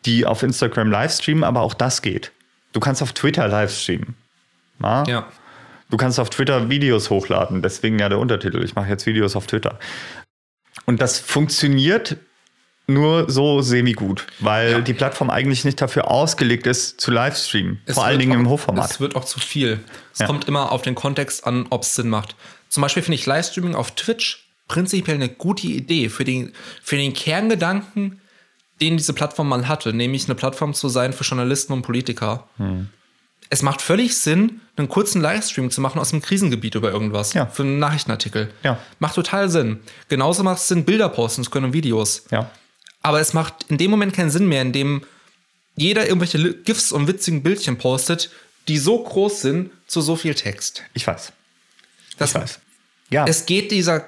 die auf Instagram livestreamen, aber auch das geht. Du kannst auf Twitter livestreamen. Ja. Du kannst auf Twitter Videos hochladen, deswegen ja der Untertitel. Ich mache jetzt Videos auf Twitter. Und das funktioniert nur so semi-gut, weil die Plattform eigentlich nicht dafür ausgelegt ist, zu livestreamen. Vor allen Dingen im Hochformat. Es wird auch zu viel. Es kommt immer auf den Kontext an, ob es Sinn macht. Zum Beispiel finde ich Livestreaming auf Twitch prinzipiell eine gute Idee für den Kerngedanken, den diese Plattform mal hatte, nämlich eine Plattform zu sein für Journalisten und Politiker. Es macht völlig Sinn, einen kurzen Livestream zu machen aus einem Krisengebiet über irgendwas. Ja. Für einen Nachrichtenartikel. Ja. Macht total Sinn. Genauso macht es Sinn, Bilder posten zu können und Videos. Ja. Aber es macht in dem Moment keinen Sinn mehr, in dem jeder irgendwelche GIFs und witzigen Bildchen postet, die so groß sind zu so viel Text. Ich weiß. Ja. Es geht dieser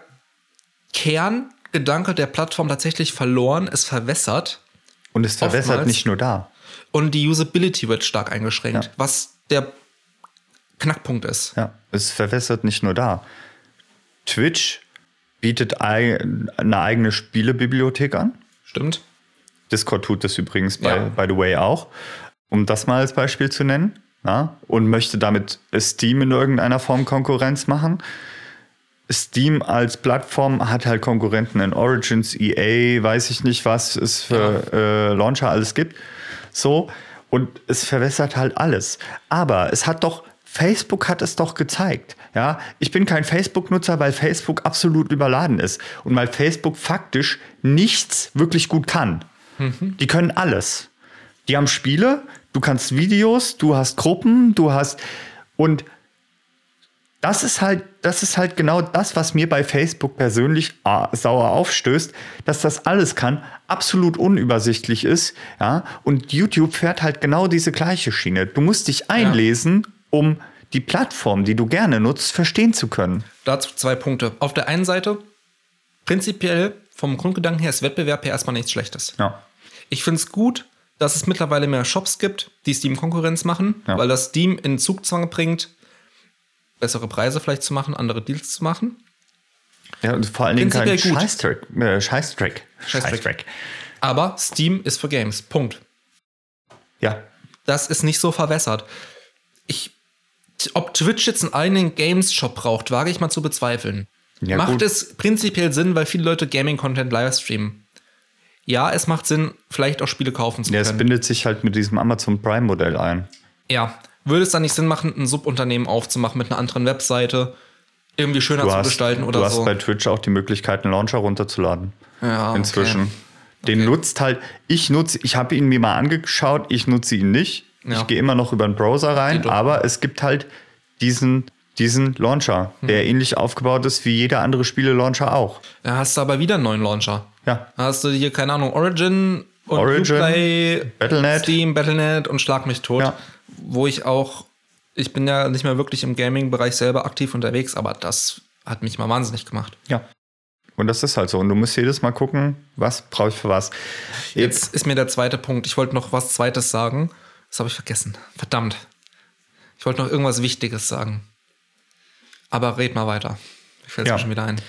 Kerngedanke der Plattform tatsächlich verloren. Es verwässert. Und es verwässert oftmals. Nicht nur da. Und die Usability wird stark eingeschränkt, was der Knackpunkt ist. Ja, es verwässert nicht nur da. Twitch bietet eine eigene Spielebibliothek an. Stimmt. Discord tut das übrigens, by the way, auch. Um das mal als Beispiel zu nennen. Ja, und möchte damit Steam in irgendeiner Form Konkurrenz machen. Steam als Plattform hat halt Konkurrenten in Origins, EA, weiß ich nicht, was es für Launcher alles gibt. So, und es verwässert halt alles. Aber Facebook hat es doch gezeigt. Ja, ich bin kein Facebook-Nutzer, weil Facebook absolut überladen ist. Und weil Facebook faktisch nichts wirklich gut kann. Die können alles. Die haben Spiele, du kannst Videos, du hast Gruppen, und das ist halt genau das, was mir bei Facebook persönlich sauer aufstößt, dass das alles kann, absolut unübersichtlich ist, ja, und YouTube fährt halt genau diese gleiche Schiene. Du musst dich einlesen, um die Plattform, die du gerne nutzt, verstehen zu können. Dazu 2 Punkte. Auf der einen Seite, prinzipiell vom Grundgedanken her ist Wettbewerb ja erstmal nichts Schlechtes. Ja. Ich finde es gut, dass es mittlerweile mehr Shops gibt, die Steam-Konkurrenz machen, weil das Steam in Zugzwang bringt, bessere Preise vielleicht zu machen, andere Deals zu machen. Ja, und vor allen Dingen kein Scheißdreck. Aber Steam ist für Games. Punkt. Ja. Das ist nicht so verwässert. Ob Twitch jetzt einen eigenen Games-Shop braucht, wage ich mal zu bezweifeln. Ja, macht es prinzipiell Sinn, weil viele Leute Gaming-Content live streamen. Ja, es macht Sinn, vielleicht auch Spiele kaufen zu können. Ja, es bindet sich halt mit diesem Amazon Prime-Modell ein. Ja. Würde es dann nicht Sinn machen, ein Subunternehmen aufzumachen mit einer anderen Webseite, irgendwie schöner zu gestalten oder so? Du hast bei Twitch auch die Möglichkeit, einen Launcher runterzuladen. Ja, inzwischen. Okay. Den nutzt halt, ich habe ihn mir mal angeschaut, ich nutze ihn nicht. Ja. Ich gehe immer noch über den Browser rein, aber es gibt halt diesen Launcher, der ähnlich aufgebaut ist wie jeder andere Spiele-Launcher auch. Da hast du aber wieder einen neuen Launcher. Ja. Da hast du hier, keine Ahnung, Origin und Uplay, Battle.net, Steam, Battle.net und Schlag mich tot. Ja. Wo ich bin ja nicht mehr wirklich im Gaming-Bereich selber aktiv unterwegs, aber das hat mich mal wahnsinnig gemacht. Ja. Und das ist halt so. Und du musst jedes Mal gucken, was brauche ich für was. Jetzt ist mir der zweite Punkt. Ich wollte noch was Zweites sagen. Das habe ich vergessen. Verdammt. Ich wollte noch irgendwas Wichtiges sagen. Aber red mal weiter. Ich fällt mir schon wieder ein.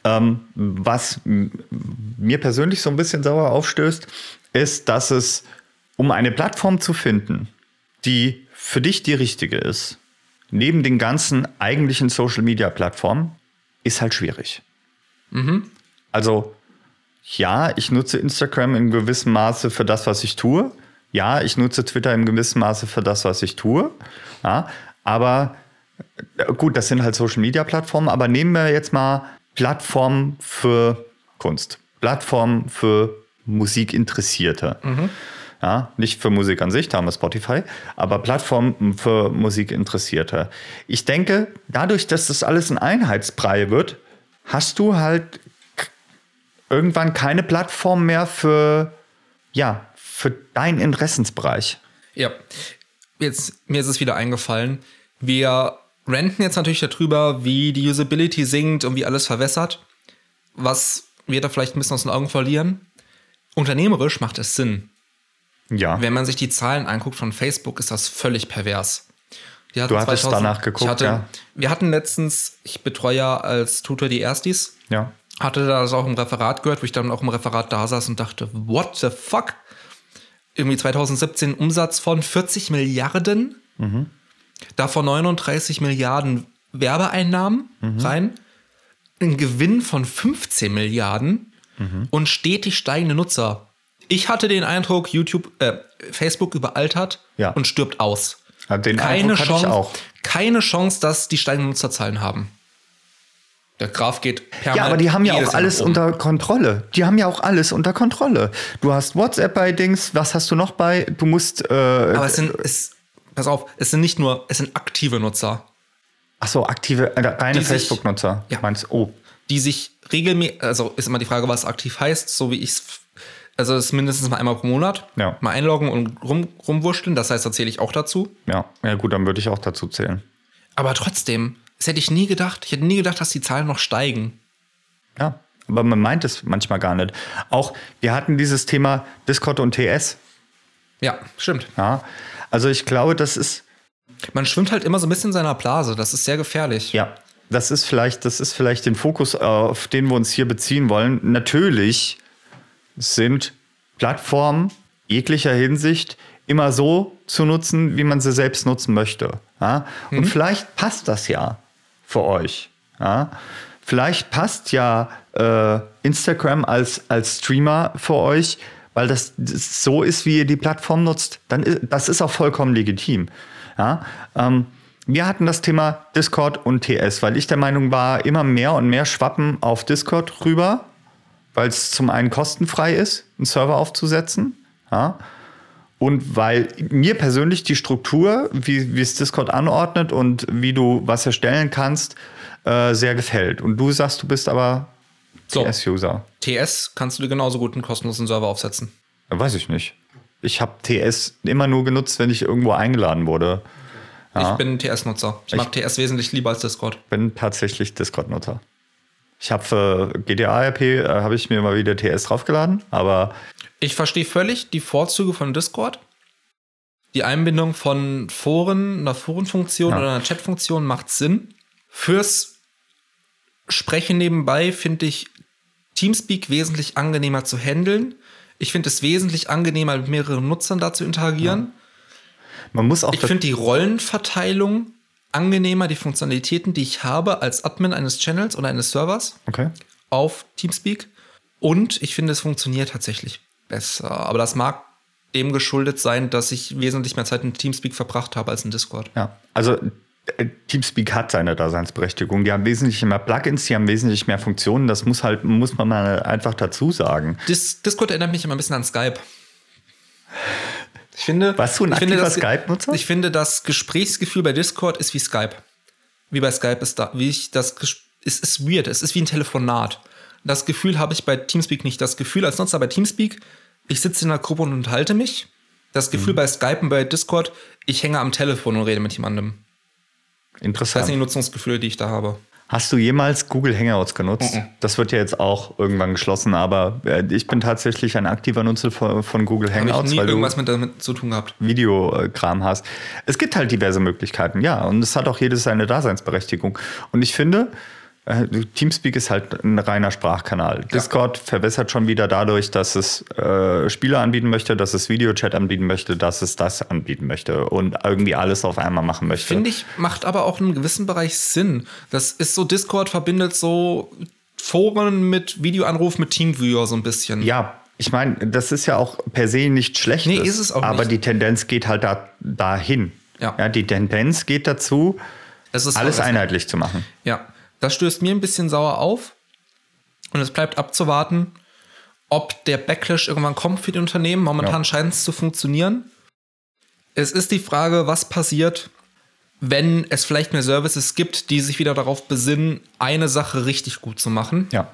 Was mir persönlich so ein bisschen sauer aufstößt, ist, dass es, um eine Plattform zu finden, die für dich die richtige ist, neben den ganzen eigentlichen Social-Media-Plattformen, ist halt schwierig. Also, ja, ich nutze Instagram in gewissem Maße für das, was ich tue. Ja, ich nutze Twitter in gewissem Maße für das, was ich tue. Ja, aber gut, das sind halt Social-Media-Plattformen, aber nehmen wir jetzt mal Plattformen für Kunst, Plattformen für Musikinteressierte. Ja, nicht für Musik an sich, da haben wir Spotify, aber Plattformen für Musikinteressierte. Ich denke, dadurch, dass das alles ein Einheitsbrei wird, hast du halt irgendwann keine Plattform mehr für deinen Interessensbereich. Ja, mir ist es wieder eingefallen. Wir ranten jetzt natürlich darüber, wie die Usability sinkt und wie alles verwässert, was wir da vielleicht ein bisschen aus den Augen verlieren. Unternehmerisch macht es Sinn. Ja. Wenn man sich die Zahlen anguckt von Facebook, ist das völlig pervers. Du hattest danach geguckt, Wir hatten letztens, ich betreue ja als Tutor die Erstis, hatte das auch im Referat gehört, wo ich dann auch im Referat da saß und dachte, what the fuck? irgendwie 2017 Umsatz von 40 Milliarden, davon 39 Milliarden Werbeeinnahmen rein, ein Gewinn von 15 Milliarden und stetig steigende Nutzer. Ich hatte den Eindruck, Facebook überaltert und stirbt aus. Den Eindruck hatte ich auch. Keine Chance, dass die steigenden Nutzerzahlen haben. Der Graph geht permanent. Ja, aber die haben ja auch alles unter Kontrolle. Du hast WhatsApp bei Dings, was hast du noch bei? Du musst. Aber pass auf, es sind aktive Nutzer. Ach so, aktive, reine Facebook-Nutzer. Ja. Meinst du? Oh. Die sich regelmäßig, also ist immer die Frage, was aktiv heißt, so wie ich es. Also das ist mindestens mal einmal pro Monat. Ja. Mal einloggen und rumwurschteln. Das heißt, da zähle ich auch dazu. Ja, gut, dann würde ich auch dazu zählen. Aber trotzdem, das hätte ich nie gedacht. Ich hätte nie gedacht, dass die Zahlen noch steigen. Ja, aber man meint es manchmal gar nicht. Auch, wir hatten dieses Thema Discord und TS. Ja, stimmt. Ja, also ich glaube, das ist... Man schwimmt halt immer so ein bisschen in seiner Blase. Das ist sehr gefährlich. Ja, das ist vielleicht den Fokus, auf den wir uns hier beziehen wollen. Natürlich sind Plattformen jeglicher Hinsicht immer so zu nutzen, wie man sie selbst nutzen möchte. Ja? Und vielleicht passt das ja für euch. Ja? Vielleicht passt ja Instagram als Streamer für euch, weil das so ist, wie ihr die Plattform nutzt. Das ist auch vollkommen legitim. Ja? Wir hatten das Thema Discord und TS, weil ich der Meinung war, immer mehr und mehr schwappen auf Discord rüber, weil es zum einen kostenfrei ist, einen Server aufzusetzen. Ja? Und weil mir persönlich die Struktur, wie es Discord anordnet und wie du was erstellen kannst, sehr gefällt. Und du sagst, du bist aber TS-User. TS kannst du dir genauso gut einen kostenlosen Server aufsetzen. Weiß ich nicht. Ich habe TS immer nur genutzt, wenn ich irgendwo eingeladen wurde. Ja. Ich bin TS-Nutzer. Ich mag TS wesentlich lieber als Discord. Ich bin tatsächlich Discord-Nutzer. Ich habe für GTA-RP habe ich mir mal wieder TS draufgeladen, aber... Ich verstehe völlig die Vorzüge von Discord. Die Einbindung von Foren, einer Forenfunktion oder einer Chatfunktion macht Sinn. Fürs Sprechen nebenbei finde ich Teamspeak wesentlich angenehmer zu handeln. Ich finde es wesentlich angenehmer, mit mehreren Nutzern da zu interagieren. Ja. Man muss auch ich finde die Rollenverteilung angenehmer, die Funktionalitäten, die ich habe als Admin eines Channels oder eines Servers auf Teamspeak. Und ich finde, es funktioniert tatsächlich besser. Aber das mag dem geschuldet sein, dass ich wesentlich mehr Zeit in Teamspeak verbracht habe als in Discord. Ja, also Teamspeak hat seine Daseinsberechtigung. Die haben wesentlich mehr Plugins, die haben wesentlich mehr Funktionen. Das muss man mal einfach dazu sagen. Discord erinnert mich immer ein bisschen an Skype. Ich finde, warst du ein aktiver Skype-Nutzer? Ich finde, das Gesprächsgefühl bei Discord ist wie Skype. Wie bei Skype ist da. Es ist weird. Es ist wie ein Telefonat. Das Gefühl habe ich bei Teamspeak nicht. Das Gefühl als Nutzer bei Teamspeak, ich sitze in einer Gruppe und unterhalte mich. Das Gefühl bei Skype und bei Discord, ich hänge am Telefon und rede mit jemandem. Interessant. Das sind die Nutzungsgefühle, die ich da habe. Hast du jemals Google Hangouts genutzt? Das wird ja jetzt auch irgendwann geschlossen, aber ich bin tatsächlich ein aktiver Nutzer von Google Hangouts. Habe ich nie irgendwas damit zu tun gehabt. Videokram hast. Es gibt halt diverse Möglichkeiten, ja, und es hat auch jedes seine Daseinsberechtigung. Und ich finde, Teamspeak ist halt ein reiner Sprachkanal. Ja. Discord verbessert schon wieder dadurch, dass es Spiele anbieten möchte, dass es Videochat anbieten möchte, dass es das anbieten möchte und irgendwie alles auf einmal machen möchte. Finde ich, macht aber auch in einem gewissen Bereich Sinn. Das ist so, Discord verbindet so Foren mit Videoanruf mit Teamviewer so ein bisschen. Ja, ich meine, das ist ja auch per se nicht schlecht. Nee, ist es auch aber nicht. Die Tendenz geht halt dahin. Ja, die Tendenz geht dazu, alles einheitlich zu machen. Ja. Das stößt mir ein bisschen sauer auf. Und es bleibt abzuwarten, ob der Backlash irgendwann kommt für die Unternehmen. Momentan scheint es zu funktionieren. Es ist die Frage, was passiert, wenn es vielleicht mehr Services gibt, die sich wieder darauf besinnen, eine Sache richtig gut zu machen. Ja.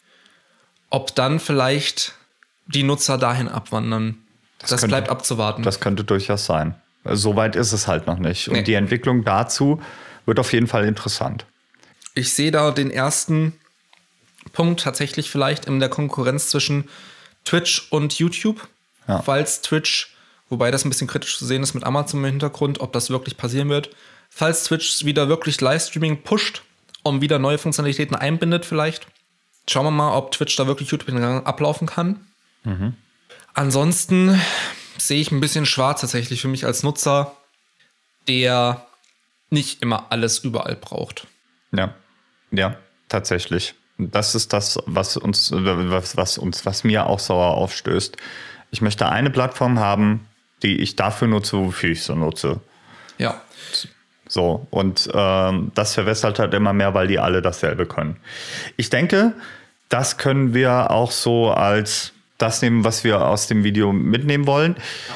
Ob dann vielleicht die Nutzer dahin abwandern. Das bleibt abzuwarten. Das könnte durchaus sein. Soweit ist es halt noch nicht. Und die Entwicklung dazu wird auf jeden Fall interessant. Ich sehe da den ersten Punkt tatsächlich vielleicht in der Konkurrenz zwischen Twitch und YouTube. Ja. Falls Twitch, wobei das ein bisschen kritisch zu sehen ist mit Amazon im Hintergrund, ob das wirklich passieren wird. Falls Twitch wieder wirklich Livestreaming pusht und wieder neue Funktionalitäten einbindet vielleicht. Schauen wir mal, ob Twitch da wirklich YouTube in den Gang ablaufen kann. Ansonsten sehe ich ein bisschen schwarz tatsächlich für mich als Nutzer, der nicht immer alles überall braucht. Ja, tatsächlich. Das ist das, was mir auch sauer aufstößt. Ich möchte eine Plattform haben, die ich dafür nutze, wofür ich sie nutze. Ja. So, und das verwässert halt immer mehr, weil die alle dasselbe können. Ich denke, das können wir auch so als das nehmen, was wir aus dem Video mitnehmen wollen.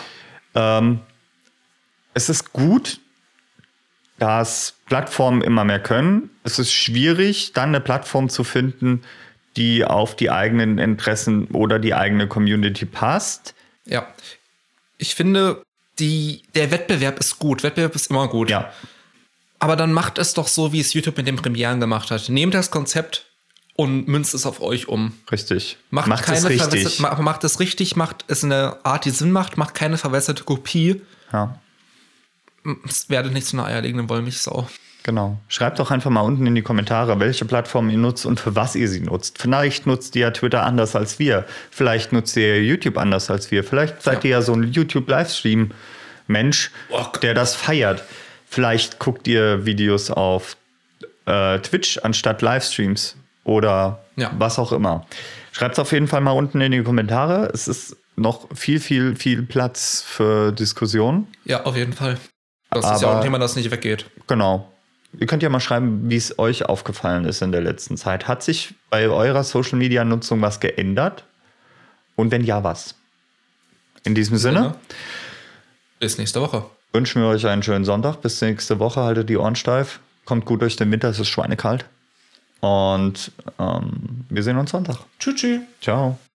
Es ist gut, dass Plattformen immer mehr können. Es ist schwierig, dann eine Plattform zu finden, die auf die eigenen Interessen oder die eigene Community passt. Ja, ich finde, der Wettbewerb ist gut. Wettbewerb ist immer gut. Ja. Aber dann macht es doch so, wie es YouTube mit den Premieren gemacht hat. Nehmt das Konzept und münzt es auf euch um. Richtig. Macht es richtig. Macht es richtig, macht es in eine Art, die Sinn macht, macht keine verwässerte Kopie. Ja. Es werdet nicht zu einer eierlegenden Wollmilchsau. Genau. Schreibt doch einfach mal unten in die Kommentare, welche Plattform ihr nutzt und für was ihr sie nutzt. Vielleicht nutzt ihr ja Twitter anders als wir. Vielleicht nutzt ihr YouTube anders als wir. Vielleicht seid ihr ja so ein YouTube-Livestream-Mensch, der das feiert. Vielleicht guckt ihr Videos auf Twitch anstatt Livestreams oder was auch immer. Schreibt es auf jeden Fall mal unten in die Kommentare. Es ist noch viel Platz für Diskussionen. Ja, auf jeden Fall. Das ist ja auch ein Thema, das nicht weggeht. Genau. Ihr könnt ja mal schreiben, wie es euch aufgefallen ist in der letzten Zeit. Hat sich bei eurer Social-Media-Nutzung was geändert? Und wenn ja, was? In diesem Sinne. Bis nächste Woche. Wünschen wir euch einen schönen Sonntag. Bis nächste Woche. Haltet die Ohren steif. Kommt gut durch den Winter. Es ist schweinekalt. Und wir sehen uns Sonntag. Tschüss. Ciao.